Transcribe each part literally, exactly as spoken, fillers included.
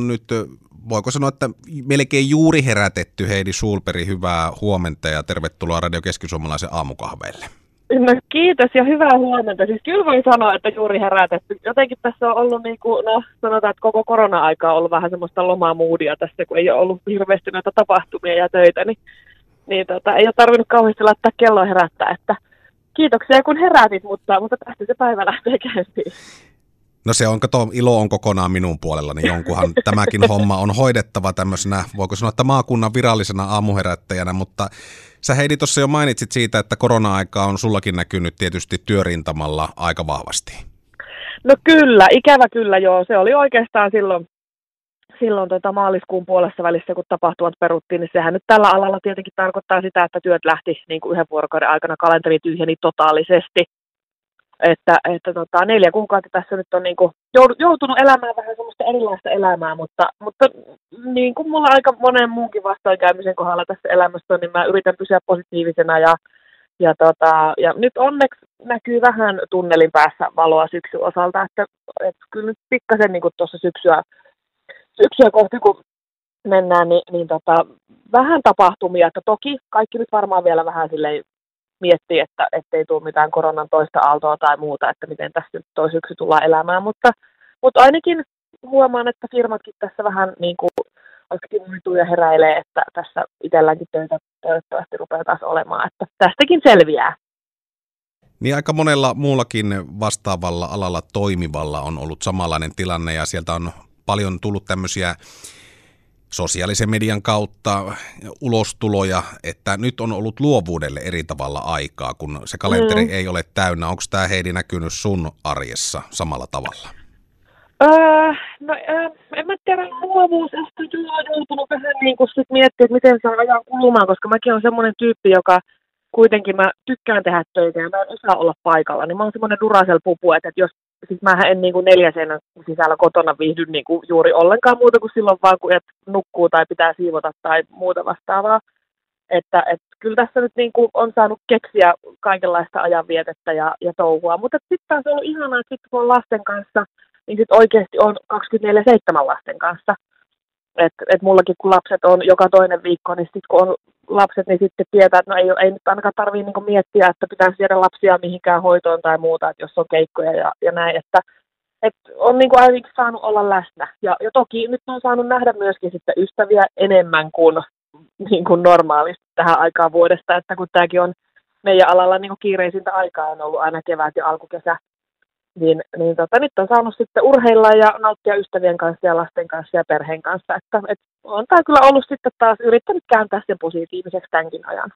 on nyt, voiko sanoa, että melkein juuri herätetty Heidi Schulberg, hyvää huomenta ja tervetuloa Radio Keski-Suomalaisen aamukahveille. No kiitos ja hyvää huomenta. Siis kyllä voi sanoa, että juuri herätetty. Jotenkin tässä on ollut, niin kuin, no sanotaan, että koko korona-aikaa on ollut vähän semmoista lomaa moodia tässä, kun ei ole ollut hirveästi noita tapahtumia ja töitä, niin, niin tota, ei ole tarvinnut kauheasti laittaa kelloa herättää, että kiitoksia kun herätit, mutta, mutta tästä se päivä lähtee käyntiin. No se on, kato, ilo on kokonaan minun puolellani, jonkunhan tämäkin homma on hoidettava tämmöisenä, voiko sanoa, että maakunnan virallisena aamuherättäjänä, mutta sä Heidi tuossa jo mainitsit siitä, että korona-aika on sullakin näkynyt tietysti työrintamalla aika vahvasti. No kyllä, ikävä kyllä joo, se oli oikeastaan silloin, silloin tota maaliskuun puolessa välissä, kun tapahtumat peruttiin, niin sehän nyt tällä alalla tietenkin tarkoittaa sitä, että työt lähti niin kuin yhden vuorokauden aikana, kalenteri tyhjeni totaalisesti. Että, että tota, neljä kuukautta tässä nyt on niin kuin joutunut elämään vähän semmoista erilaista elämää, mutta, mutta niin kuin mulla aika monen muunkin vastoinkäymisen kohdalla tässä elämässä on, niin mä yritän pysyä positiivisena ja, ja, tota, ja nyt onneksi näkyy vähän tunnelin päässä valoa syksyn osalta, että, että kyllä nyt pikkasen niin kuin tuossa syksyä, syksyä kohti kun mennään, niin, niin tota, vähän tapahtumia, että toki kaikki nyt varmaan vielä vähän silleen miettii, että ettei tule mitään koronan toista aaltoa tai muuta, että miten tässä nyt toi syksy tullaan elämään, mutta, mutta ainakin huomaan, että firmatkin tässä vähän niin kuin aktivoituu ja heräilee, että tässä itselläänkin töitä toivottavasti rupeaa taas olemaan, että tästäkin selviää. Niin aika monella muullakin vastaavalla alalla toimivalla on ollut samanlainen tilanne ja sieltä on paljon tullut tämmöisiä sosiaalisen median kautta ulostuloja, että nyt on ollut luovuudelle eri tavalla aikaa, kun se kalenteri mm. ei ole täynnä. Onko tämä Heidi näkynyt sun arjessa samalla tavalla? Öö, no öö, en mä tiedä, luovuus ehkä on joutunut vähän niin kuin sit miettiä, että miten saa ajan kulumaan, koska mäkin olen semmoinen tyyppi, joka kuitenkin mä tykkään tehdä töitä ja mä en osaa olla paikalla, niin mä oon semmoinen Duracell-pupu, että jos siis mähän en niin kuin neljä seinän sisällä kotona viihdy niin kuin juuri ollenkaan muuta kuin silloin vaan, kun et nukkuu tai pitää siivota tai muuta vastaavaa. Että et, kyllä tässä nyt niin kuin on saanut keksiä kaikenlaista ajanvietettä ja, ja touhua. Mutta sitten taas on ollut ihanaa, että sitten kun on lasten kanssa, niin sitten oikeasti on kaksikymmentäneljä seitsemän lasten kanssa. Että et mullakin kun lapset on joka toinen viikko, niin sitten kun on lapset, niin sitten tietää, että no ei, ei nyt ainakaan tarvitse niinku miettiä, että pitäisi viedä lapsia mihinkään hoitoon tai muuta, että jos on keikkoja ja, ja näin, että et on niinku ainakin saanut olla läsnä. Ja, ja toki nyt on saanut nähdä myöskin sitten ystäviä enemmän kuin, niin kuin normaalisti tähän aikaan vuodesta, että kun tämäkin on meidän alalla niinku kiireisintä aikaa, on ollut aina kevät ja alkukesä, niin, niin tota, nyt on saanut sitten urheilla ja nauttia ystävien kanssa ja lasten kanssa ja perheen kanssa, että et on tämä kyllä ollut sitten taas yrittänyt kääntää sen positiiviseksi tämänkin ajan.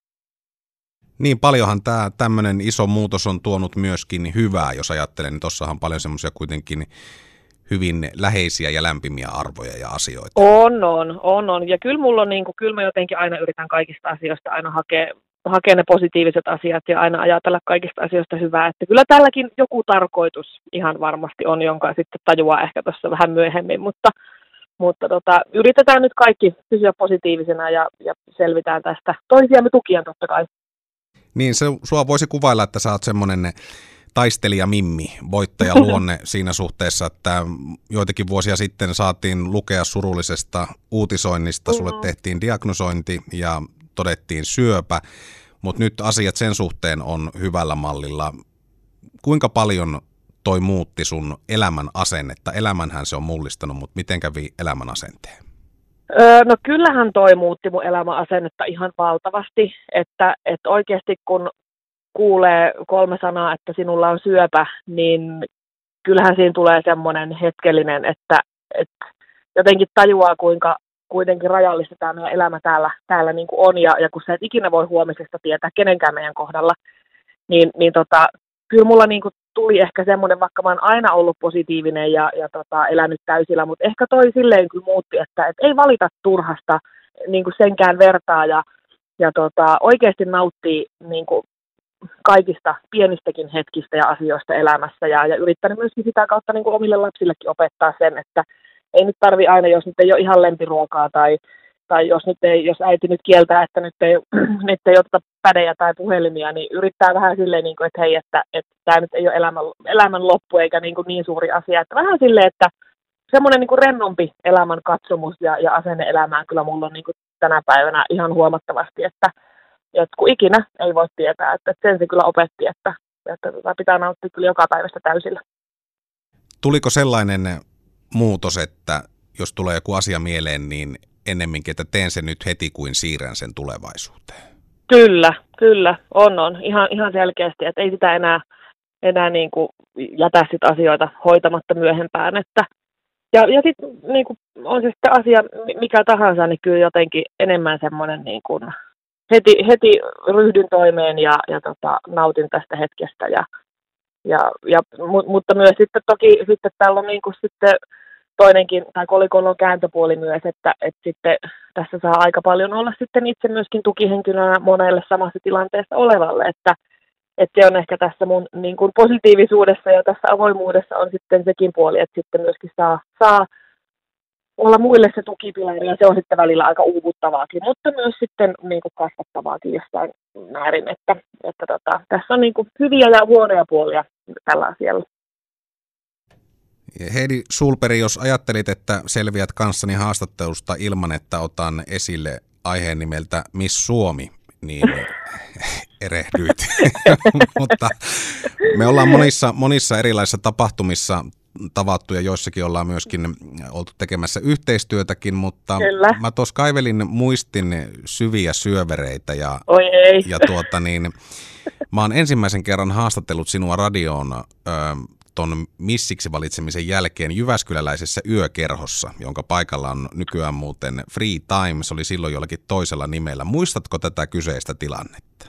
Niin paljonhan tämä tämmöinen iso muutos on tuonut myöskin hyvää, jos ajattelen, niin tuossahan on paljon semmoisia kuitenkin hyvin läheisiä ja lämpimiä arvoja ja asioita. On, on, on, on. Ja kyllä mulla on niin kuin, kyllä mä jotenkin aina yritän kaikista asioista aina hakea, hakea ne positiiviset asiat ja aina ajatella kaikista asioista hyvää. Että kyllä tälläkin joku tarkoitus ihan varmasti on, jonka sitten tajuaa ehkä tuossa vähän myöhemmin, mutta Mutta tota, yritetään nyt kaikki pysyä positiivisena ja, ja selvitään tästä toisiamme tukien totta kai. Niin, se, sua voisi kuvailla, että sä oot semmoinen taistelija Mimmi, voittaja luonne siinä suhteessa, että joitakin vuosia sitten saatiin lukea surullisesta uutisoinnista, sulle mm-hmm. tehtiin diagnosointi ja todettiin syöpä, mutta nyt asiat sen suhteen on hyvällä mallilla. Kuinka paljon toi muutti sun elämän asennetta? Elämänhän se on mullistanut, mutta miten kävi elämän asenteen? Öö, no kyllähän toi muutti mun elämän asennetta ihan valtavasti, että, että oikeasti kun kuulee kolme sanaa, että sinulla on syöpä, niin kyllähän siinä tulee semmoinen hetkellinen, että, että jotenkin tajuaa, kuinka kuitenkin rajallista tämä meidän elämä täällä, täällä niin kuin on, ja, ja kun sä et ikinä voi huomisesta tietää kenenkään meidän kohdalla, niin, niin tota, kyllä mulla niin kuin tuli ehkä semmoinen, vaikka mä oon aina ollut positiivinen ja, ja tota, elänyt täysillä, mutta ehkä toi silleen kyllä muutti, että et ei valita turhasta niin kuin senkään vertaa ja, ja tota, oikeasti nauttii niin kuin kaikista pienistäkin hetkistä ja asioista elämässä ja, ja yrittänyt myöskin sitä kautta niin kuin omille lapsillekin opettaa sen, että ei nyt tarvi aina, jos nyt ei ole ihan lempiruokaa tai, tai jos, nyt ei, jos äiti nyt kieltää, että nyt ei, nyt ei oteta pädejä tai puhelimia, niin yrittää vähän silleen, niin kuin, että hei, että, että tämä nyt ei ole elämän, elämän loppu eikä niin, kuin niin suuri asia. Että vähän silleen, että semmoinen niin kuin rennompi elämän katsomus ja, ja asenne elämään kyllä mulla on niin kuin tänä päivänä ihan huomattavasti, että, että kun ikinä ei voi tietää, että, että sen se kyllä opetti, että, että tota pitää nauttia kyllä joka päivästä täysillä. Tuliko sellainen muutos, että jos tulee joku asia mieleen, niin ennemminkin, että teen sen nyt heti kuin siirrän sen tulevaisuuteen? Kyllä, kyllä, on, on. Ihan, ihan selkeästi, että ei sitä enää, enää niin kuin jätä sit asioita hoitamatta myöhempään. Että, ja ja sitten niin kuin on se sitten asia mikä tahansa, niin kyllä jotenkin enemmän semmoinen niin kuin heti, heti ryhdyn toimeen ja, ja tota, nautin tästä hetkestä. Ja, ja, ja, mutta myös sitten toki sitten täällä on niin kuin sitten toinenkin, tai kolikolla on kääntöpuoli myös, että, että sitten tässä saa aika paljon olla sitten itse myöskin tukihenkilönä monelle samassa tilanteessa olevalle, että, että se on ehkä tässä mun niin kuin positiivisuudessa ja tässä avoimuudessa on sitten sekin puoli, että sitten myöskin saa, saa olla muille se tukipilari ja se on sitten välillä aika uuvuttavaakin, mutta myös sitten niin kuin kasvattavaakin jossain määrin, että, että tota, tässä on niin kuin hyviä ja huonoja puolia tällä asialla. Heidi Sulberg, jos ajattelit, että selviät kanssani haastattelusta ilman, että otan esille aiheen nimeltä Miss Suomi, niin erehdyit. Mutta me ollaan monissa, monissa erilaisissa tapahtumissa tavattu ja joissakin ollaan myöskin oltu tekemässä yhteistyötäkin, mutta Kyllä. Mä tuossa kaivelin muistin syviä syövereitä ja, Oi ei. ja tuota niin, mä oon ensimmäisen kerran haastatellut sinua radioon ö, ton missiksi valitsemisen jälkeen jyväskyläläisessä yökerhossa, jonka paikalla on nykyään muuten Free Time, se oli silloin jollakin toisella nimellä. Muistatko tätä kyseistä tilannetta?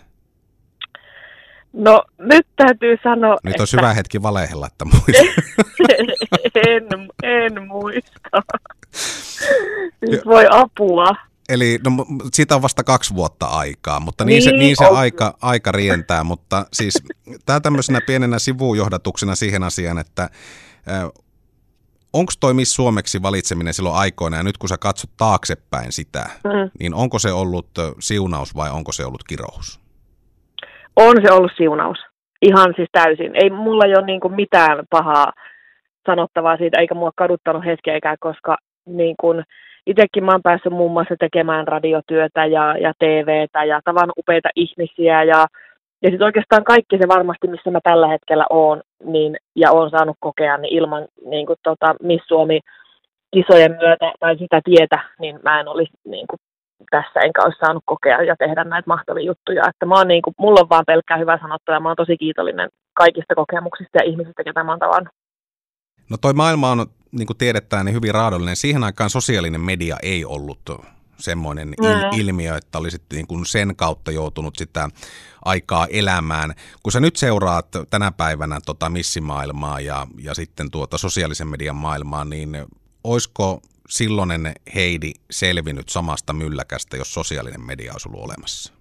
No nyt täytyy sanoa, Nyt on että hyvä hetki valehella, että muistat. en, en muista. Nyt voi apua. Eli no, siitä on vasta kaksi vuotta aikaa, mutta niin, niin se, niin se aika, aika rientää. Mutta siis tämä tämmöisenä pienenä sivujohdatuksena siihen asiaan, että äh, onko toi Miss Suomeksi valitseminen silloin aikoina, ja nyt kun sä katsot taaksepäin sitä, mm. niin onko se ollut siunaus vai onko se ollut kirous? On se ollut siunaus. Ihan siis täysin. Ei mulla ei ole niin kuin mitään pahaa sanottavaa siitä, eikä mua kaduttanut hetkeäkään, koska niin kuin itsekin mä oon päässyt muun muassa tekemään radiotyötä ja, ja T V:tä ja tavannut upeita ihmisiä ja, ja sitten oikeastaan kaikki se varmasti, missä mä tällä hetkellä oon niin, ja oon saanut kokea, niin ilman niin kuin, tota, Miss Suomi-kisojen myötä tai sitä tietä, niin mä en olisi niin kuin, tässä enkä olisi saanut kokea ja tehdä näitä mahtavia juttuja. Että mä oon, niin kuin, mulla on vaan pelkkää hyvää sanottavaa ja mä oon tosi kiitollinen kaikista kokemuksista ja ihmisistä, ketä mä oon tavannut. No toi maailma on, niin kuin tiedetään, niin hyvin raadollinen. Siihen aikaan sosiaalinen media ei ollut semmoinen mm. ilmiö, että olisit niin kuin sen kautta joutunut sitä aikaa elämään. Kun sä nyt seuraat tänä päivänä tota missimaailmaa ja, ja sitten tuota sosiaalisen median maailmaa, niin olisiko silloinen Heidi selvinnyt samasta mylläkästä, jos sosiaalinen media olisi ollut olemassa?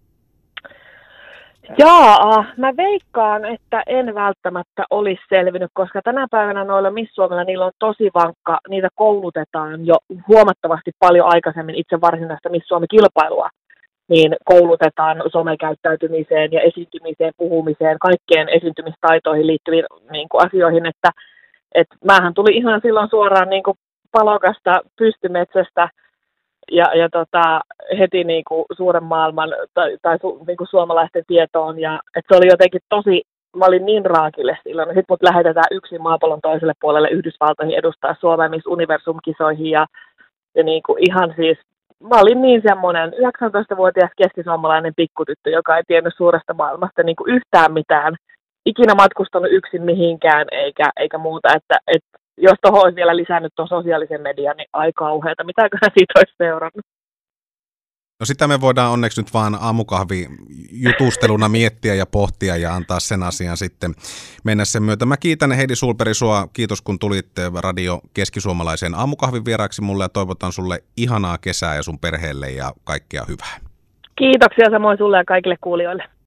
Jaa, mä veikkaan, että en välttämättä olisi selvinnyt, koska tänä päivänä noilla Miss Suomella niillä on tosi vankka, niitä koulutetaan jo huomattavasti paljon aikaisemmin itse varsinaista Miss Suomi-kilpailua, niin koulutetaan somekäyttäytymiseen ja esiintymiseen, puhumiseen, kaikkeen esiintymistaitoihin liittyviin niin kuin asioihin, että, että mähän tuli ihan silloin suoraan niin kuin palokasta pystymetsästä, Ja, ja tota, heti niin kuin suuren maailman tai, tai su, niin kuin suomalaisten tietoon. Ja, et se oli jotenkin tosi, mä olin niin raakille silloin. Sitten mut lähetetään yksin maapallon toiselle puolelle Yhdysvaltoihin edustaa Suomea Miss Universum-kisoihin. Ja, ja niin kuin ihan siis, mä olin niin semmoinen yhdeksäntoistavuotias keskisuomalainen pikkutyttö, joka ei tiennyt suuresta maailmasta niin kuin yhtään mitään. Ikinä matkustanut yksin mihinkään eikä, eikä muuta, että et, jos tuohon olisi vielä lisännyt tuon sosiaalisen median, niin aika kauheata. Mitäköhän siitä olisi seurannut? No sitä me voidaan onneksi nyt vaan aamukahvi jutusteluna miettiä ja pohtia ja antaa sen asian sitten mennä sen myötä. Mä kiitän Heidi Sulberg sua. Kiitos kun tulit Radio Keskisuomalaiseen aamukahvin vieraaksi mulle ja toivotan sulle ihanaa kesää ja sun perheelle ja kaikkea hyvää. Kiitoksia samoin sulle ja kaikille kuulijoille.